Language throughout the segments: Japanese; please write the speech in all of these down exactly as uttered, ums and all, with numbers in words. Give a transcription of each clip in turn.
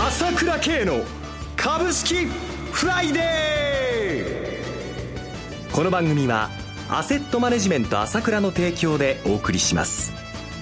朝倉慶の株式フライデー。この番組はアセットマネジメント朝倉の提供でお送りします。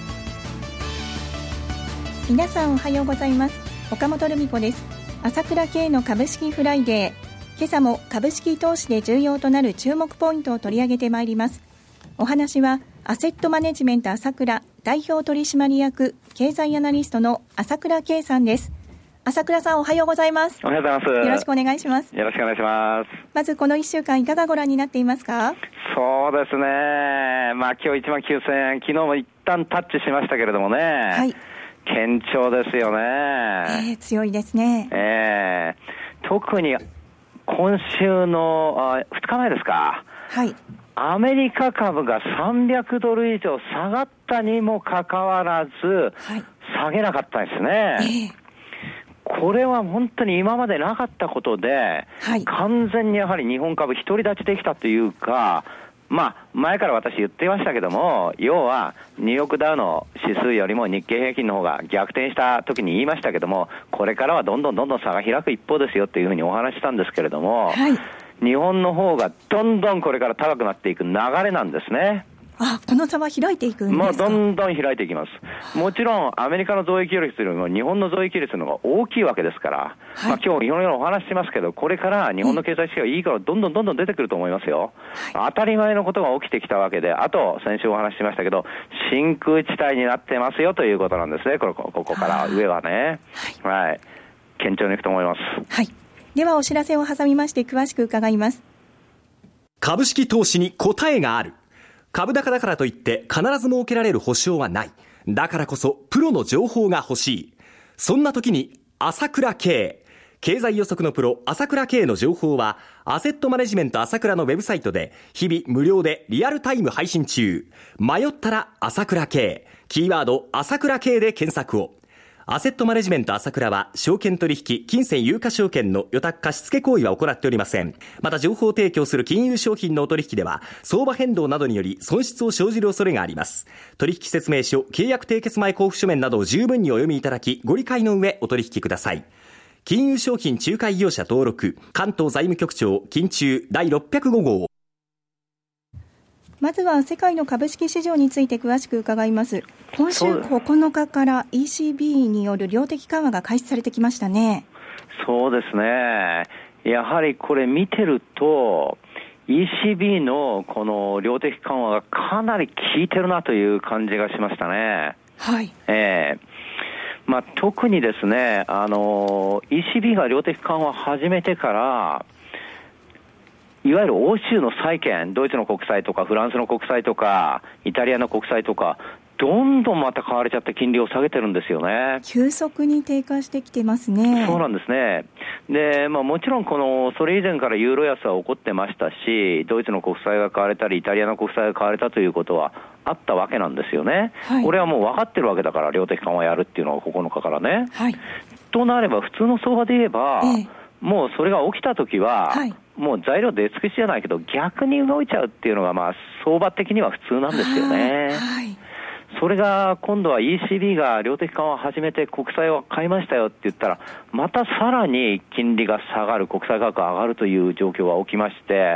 皆さんおはようございます。岡本留美子です。朝倉慶の株式フライデー、今朝も株式投資で重要となる注目ポイントを取り上げてまいります。お話はアセットマネジメント朝倉代表取締役経済アナリストの朝倉慶さんです。朝倉さん、おはようございます。 おはようございます。 よろしくお願いします。 よろしくお願いします。 まずこのいっしゅうかんいかがご覧になっていますか？ そうですね、まあ今日いちまんきゅうせんえん、昨日も一旦タッチしましたけれどもね、はい、堅調ですよね。 えー、強いですね。 えー、特に今週のふつかまえですか、 はい、 アメリカ株がさんびゃくドル以上下がったにもかかわらず、はい、下げなかったんですね。えーこれは本当に今までなかったことで、はい、完全にやはり日本株独り立ちできたというか、まあ前から私言っていましたけども、要はニューヨークダウの指数よりも日経平均の方が逆転した時に言いましたけども、これからはどんどんどんどん差が開く一方ですよというふうにお話したんですけれども、はい、日本の方がどんどんこれから高くなっていく流れなんですね。 あ、この差は開いていくんですか？ まあ、どんどん開いていきます。もちろんアメリカの増益率よりも日本の増益率の方が大きいわけですから、はい、まあ、今日いろいろお話ししますけど、これから日本の経済指標いいからどんどんどんどん出てくると思いますよ、はい、当たり前のことが起きてきたわけで、あと先週お話ししましたけど真空地帯になってますよということなんですね。これここから上はね、はい、はい、堅調にいくと思います。 はい、ではお知らせを挟みまして詳しく伺います。 株式投資に答えがある。株高だからといって必ず設けられる保証はない。だからこそプロの情報が欲しい。そんな時に朝倉慶、経済予測のプロ朝倉慶の情報はアセットマネジメント朝倉のウェブサイトで日々無料でリアルタイム配信中。迷ったら朝倉慶、キーワード朝倉慶で検索を。アセットマネジメント朝倉は証券取引、金銭有価証券の予託貸付行為は行っておりません。また情報提供する金融商品のお取引では相場変動などにより損失を生じる恐れがあります。取引説明書、契約締結前交付書面などを十分にお読みいただき、ご理解の上お取引ください。金融商品仲介業者登録、関東財務局長金中だいろっぴゃくご号。 まずは世界の株式市場について詳しく伺います。今週ここのかから イーシービー による量的緩和が開始されてきましたね。 そうですね、やはりこれ見てると イーシービー のこの量的緩和がかなり効いてるなという感じがしましたね。はい、えーまあ、特にですね、あの イーシービー が量的緩和を始めてからいわゆる欧州の債券、ドイツの国債とかフランスの国債とかイタリアの国債とかどんどんまた買われちゃって金利を下げてるんですよね。 急速に低下してきてますね。 そうなんですね。で、まあ、もちろんこのそれ以前からユーロ安は起こってましたし、ドイツの国債が買われたりイタリアの国債が買われたということはあったわけなんですよね、はい、これはもう分かってるわけだから、量的緩和やるっていうのはここのかからね、はい、となれば普通の相場で言えば、ええ、もうそれが起きたときは、はい、もう材料出尽くしじゃないけど逆に動いちゃうっていうのがまあ相場的には普通なんですよね。はい、それが今度は イーシービー が量的緩和を始めて国債を買いましたよって言ったらまたさらに金利が下がる、国債価格が上がるという状況が起きまして、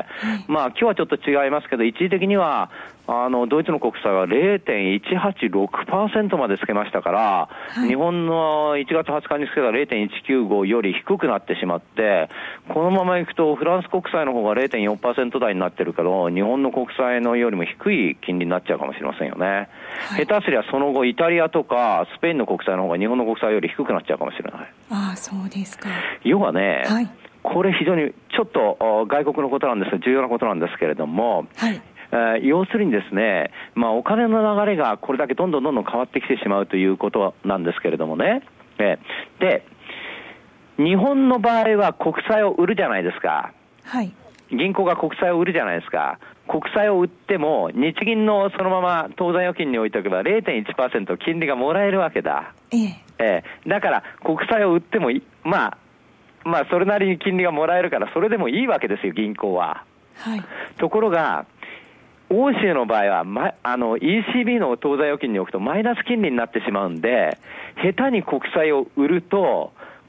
まあ今日はちょっと違いますけど一時的にはあのドイツの国債は ゼロてんいちはちろくパーセント までつけましたから、はい、日本のいちがつはつかにつけた ゼロてんいちきゅうご より低くなってしまって、このままいくとフランス国債の方が ゼロてんよんパーセント 台になってるけど日本の国債のよりも低い金利になっちゃうかもしれませんよね。はい、下手すりゃその後イタリアとかスペインの国債の方が日本の国債より低くなっちゃうかもしれない。 ああ、そうですか。 要はね、はい、これ非常にちょっと外国のことなんですが重要なことなんですけれども、はい、えー、要するにですね、まあ、お金の流れがこれだけどんどんどんどん変わってきてしまうということなんですけれどもね、えー、で日本の場合は国債を売るじゃないですか。はい、銀行が国債を売るじゃないですか。国債を売っても日銀のそのまま当座預金に置いておけば ゼロてんいちパーセント 金利がもらえるわけだ。ええええ、だから国債を売ってもまあまあそれなりに金利がもらえるからそれでもいいわけですよ、銀行は。はい、ところが欧州の場合は、ま、あの イーシービー の当座預金に置くとマイナス金利になってしまうんで、下手に国債を売ると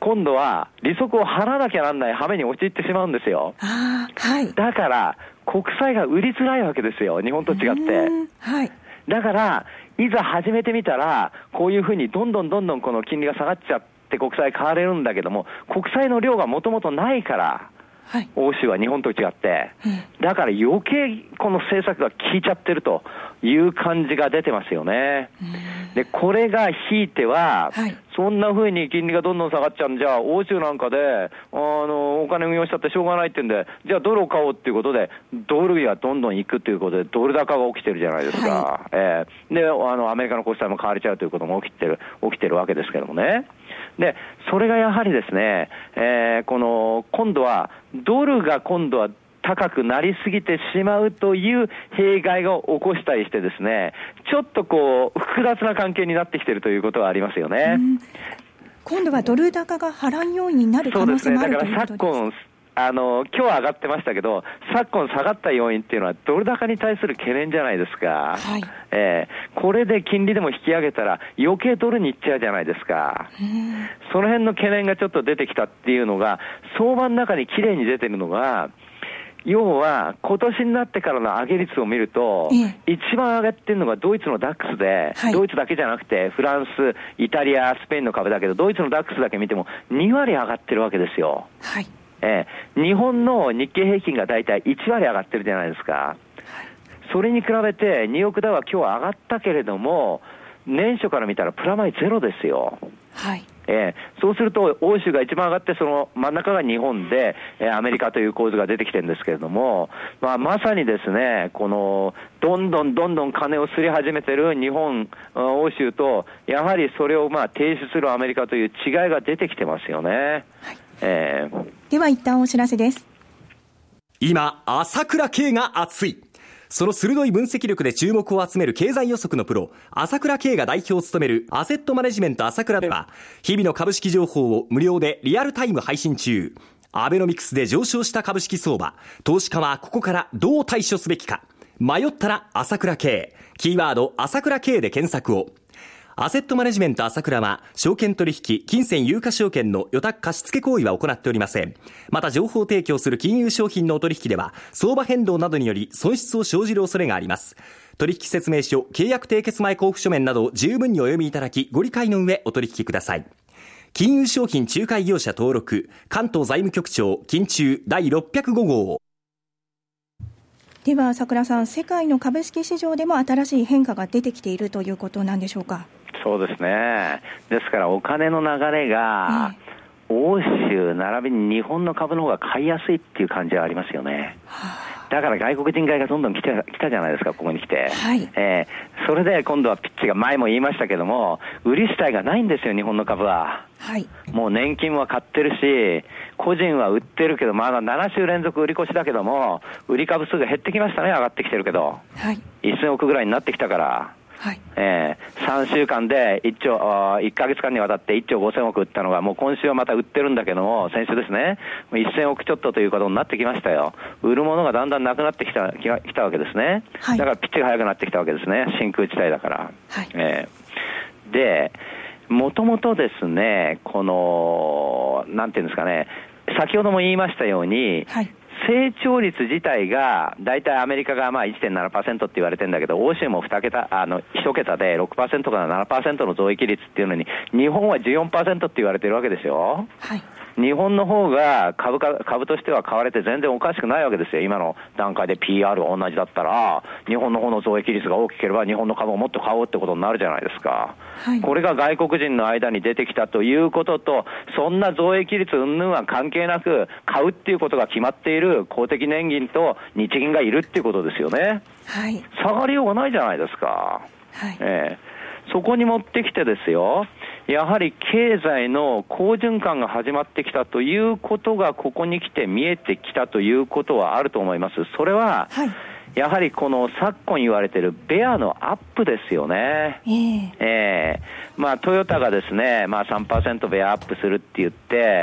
今度は利息を払わなきゃなんない羽目に陥ってしまうんですよ。 あ、はい、 だから国債が売りづらいわけですよ、日本と違って。 はい、 だからいざ始めてみたらこういうふうにどんどんどんどんこの金利が下がっちゃって国債買われるんだけども、国債の量がもともとないから、はい、欧州は日本と違って、うん、だから余計この政策が効いちゃってるという感じが出てますよね。でこれがひいては、はい、そんな風に金利がどんどん下がっちゃうんじゃ、欧州なんかであのお金運用したってしょうがないってんで、じゃあドルを買おうっていうことでドルがどんどん行くということでドル高が起きてるじゃないですか、はい、えー、であのアメリカの国債も買われちゃうということも起きてる起きてるわけですけどもね。でそれがやはりですね、えー、この今度はドルが今度は高くなりすぎてしまうという弊害を起こしたりしてですね、ちょっとこう複雑な関係になってきているということはありますよね。うん、 今度はドル高が波乱要因になる可能性もあるということです。 そうですね、だから昨今あの今日は上がってましたけど、昨今下がった要因っていうのはドル高に対する懸念じゃないですか、はい、えー、これで金利でも引き上げたら余計ドルに行っちゃうじゃないですか。その辺の懸念がちょっと出てきたっていうのが相場の中にきれいに出てるのが、要は今年になってからの上げ率を見ると、一番上がってるのがドイツのダックスで、はい、ドイツだけじゃなくてフランス、イタリア、スペインの株だけど、ドイツのダックスだけ見てもにわり上がってるわけですよ。はい、えー、日本の日経平均がだいたいいちわり上がってるじゃないですか。はい、それに比べてニューヨークダウは今日は上がったけれども、年初から見たらプラマイゼロですよ。はい、えー、そうすると欧州が一番上がってその真ん中が日本で、えー、アメリカという構図が出てきてるんですけれども、まあ、まさにですね、このどんどんどんどん金をすり始めてる日本、欧州とやはりそれをまあ停止するアメリカという違いが出てきてますよね。はい、 えー、では一旦お知らせです。 今朝倉慶が熱い。その鋭い分析力で注目を集める経済予測のプロ、朝倉慶が代表を務めるアセットマネジメント朝倉では、日々の株式情報を無料でリアルタイム配信中。アベノミクスで上昇した株式相場、投資家はここからどう対処すべきか。迷ったら朝倉慶、キーワード朝倉慶で検索を。アセットマネジメント朝倉は証券取引、金銭有価証券の予託貸付行為は行っておりません。また情報提供する金融商品のお取引では相場変動などにより損失を生じる恐れがあります。取引説明書、契約締結前交付書面などを十分にお読みいただき、ご理解の上お取引ください。金融商品仲介業者登録、関東財務局長金中だいろっぴゃくご号。 では朝倉さん、世界の株式市場でも新しい変化が出てきているということなんでしょうか。 そうですね。ですからお金の流れが、えー、欧州並びに日本の株の方が買いやすいっていう感じはありますよね。はあ、だから外国人買いがどんどん来て来たじゃないですか、ここに来て。はい、えー、それで今度はピッチが前も言いましたけども、売り主体がないんですよ、日本の株は。はい、もう年金は買ってるし、個人は売ってるけど、まだなな週連続売り越しだけども、売り株数が減ってきましたね、上がってきてるけど。はい、せんおくぐらいになってきたから。はい、えー、さんしゅうかんでいっちょう、いっかげつかんにわたっていっちょうごせんおく売ったのが、もう今週はまた売ってるんだけども、先週ですね、せんおくちょっとということになってきましたよ。売るものがだんだんなくなってきた、きたわけですね。はい、だからピッチが速くなってきたわけですね、真空地帯だから。はい、えー、で、もともとですね、この、なんていうんですかね、先ほども言いましたように、はい、成長率自体がだいたいアメリカがまあ いってんななパーセント って言われてるんだけど、欧州もに桁、あのいち桁で ろくパーセント から ななパーセント の増益率っていうのに、日本は じゅうよんパーセント って言われてるわけですよ。はい、日本の方が株価、株としては買われて全然おかしくないわけですよ。今の段階で ピーアール が同じだったら、日本の方の増益率が大きければ日本の株をもっと買おうってことになるじゃないですか。はい、これが外国人の間に出てきたということと、そんな増益率云々は関係なく、買うっていうことが決まっている公的年金と日銀がいるっていうことですよね。はい、下がりようがないじゃないですか。はい、えー、そこに持ってきてですよ、やはり経済の好循環が始まってきたということがここに来て見えてきたということはあると思います。それは、はい、やはりこの昨今言われているベアのアップですよね。えーえー、まあトヨタがですね、まあ さんパーセント ベアアップするって言って、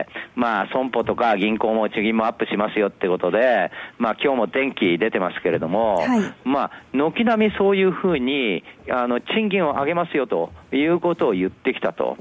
まあ損保とか銀行も地銀もアップしますよってことで、まあ今日も電気出てますけれども、はい、まあ軒並みそういうふうにあの賃金を上げますよということを言ってきたと。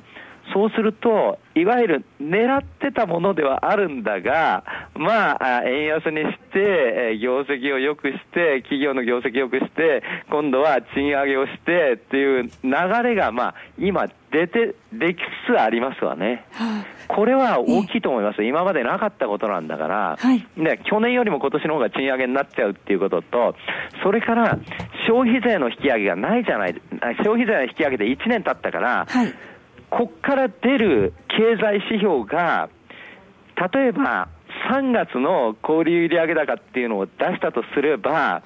そうするといわゆる狙ってたものではあるんだが、まあ円安にして業績を良くして企業の業績を良くして今度は賃上げをしてっていう流れがまあ今出てできつつありますわね。はあ、これは大きいと思います。今までなかったことなんだから、はい、ね、去年よりも今年の方が賃上げになっちゃうっていうことと、それから消費税の引き上げがないじゃない、消費税の引き上げでいちねん経ったから、はい、こっから出る経済指標が例えばさんがつの小売売上高っていうのを出したとすれば、はい、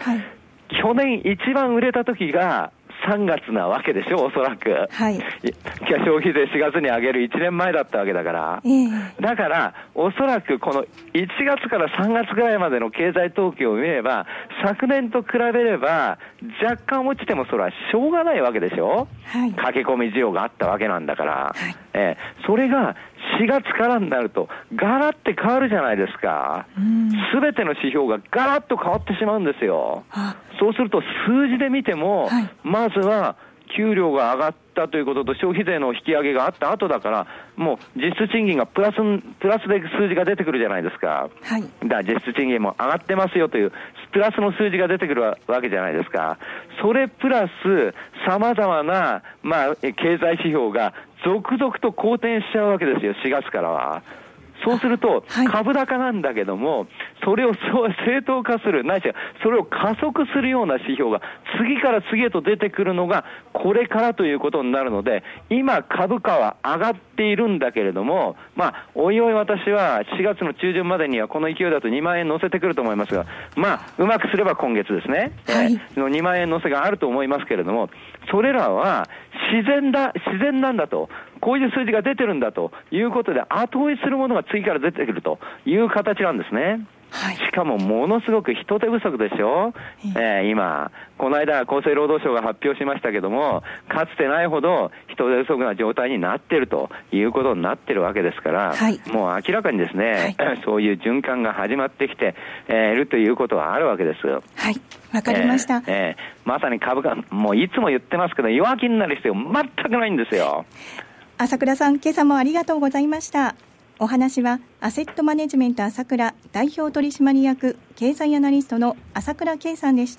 去年一番売れた時がさんがつなわけでしょ、おそらく。はい。消費税しがつに上げるいちねんまえだったわけだから。えー、だから、おそらくこのいちがつからさんがつぐらいまでの経済統計を見れば、昨年と比べれば、若干落ちてもそれはしょうがないわけでしょ。はい。駆け込み需要があったわけなんだから。はい。えー、それが、しがつからになるとガラッて変わるじゃないですか。すべての指標がガラッと変わってしまうんですよ。そうすると数字で見ても、はい、まずは給料が上がったということと消費税の引き上げがあった後だから、もう実質賃金がプラスプラスで数字が出てくるじゃないですか。はい、だから実質賃金も上がってますよというプラスの数字が出てくるわけじゃないですか。それプラス様々な、まあ、経済指標が続々と好転しちゃうわけですよ、しがつからは。そうすると、株高なんだけども、それを正当化する、ないしはそれを加速するような指標が次から次へと出てくるのがこれからということになるので、今株価は上がっているんだけれども、まあ、おいおい私はしがつの中旬までにはこの勢いだとにまんえん乗せてくると思いますが、まあ、うまくすれば今月ですね、はい、えー、のにまんえん乗せがあると思いますけれども、それらは自然だ、自然なんだと。こういう数字が出てるんだということで後追いするものが次から出てくるという形なんですね。はい、しかもものすごく人手不足でしょ、えー、今この間厚生労働省が発表しましたけども、かつてないほど人手不足な状態になっているということになっているわけですから、はい、もう明らかにですね、はい、そういう循環が始まってきているということはあるわけです。 はい、わかりました。 えーえー、まさに株価、もういつも言ってますけど弱気になる必要全くないんですよ。 朝倉さん、今朝もありがとうございました。お話はアセットマネジメント朝倉代表取締役経済アナリストの朝倉圭さんでした。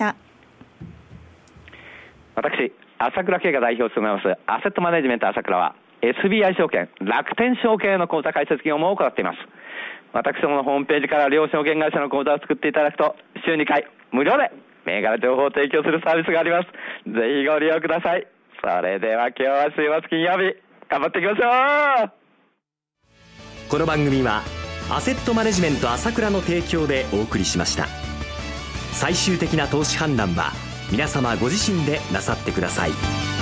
私、朝倉圭が代表を務めますアセットマネジメント朝倉は エスビーアイ 証券、楽天証券の口座開設業務を行っています。私どものホームページから両証券会社の口座を作っていただくと週にかい無料で銘柄情報を提供するサービスがあります。ぜひご利用ください。それでは今日は週末金曜日頑張っていきましょう。 この番組はアセットマネジメント朝倉の提供でお送りしました。最終的な投資判断は皆様ご自身でなさってください。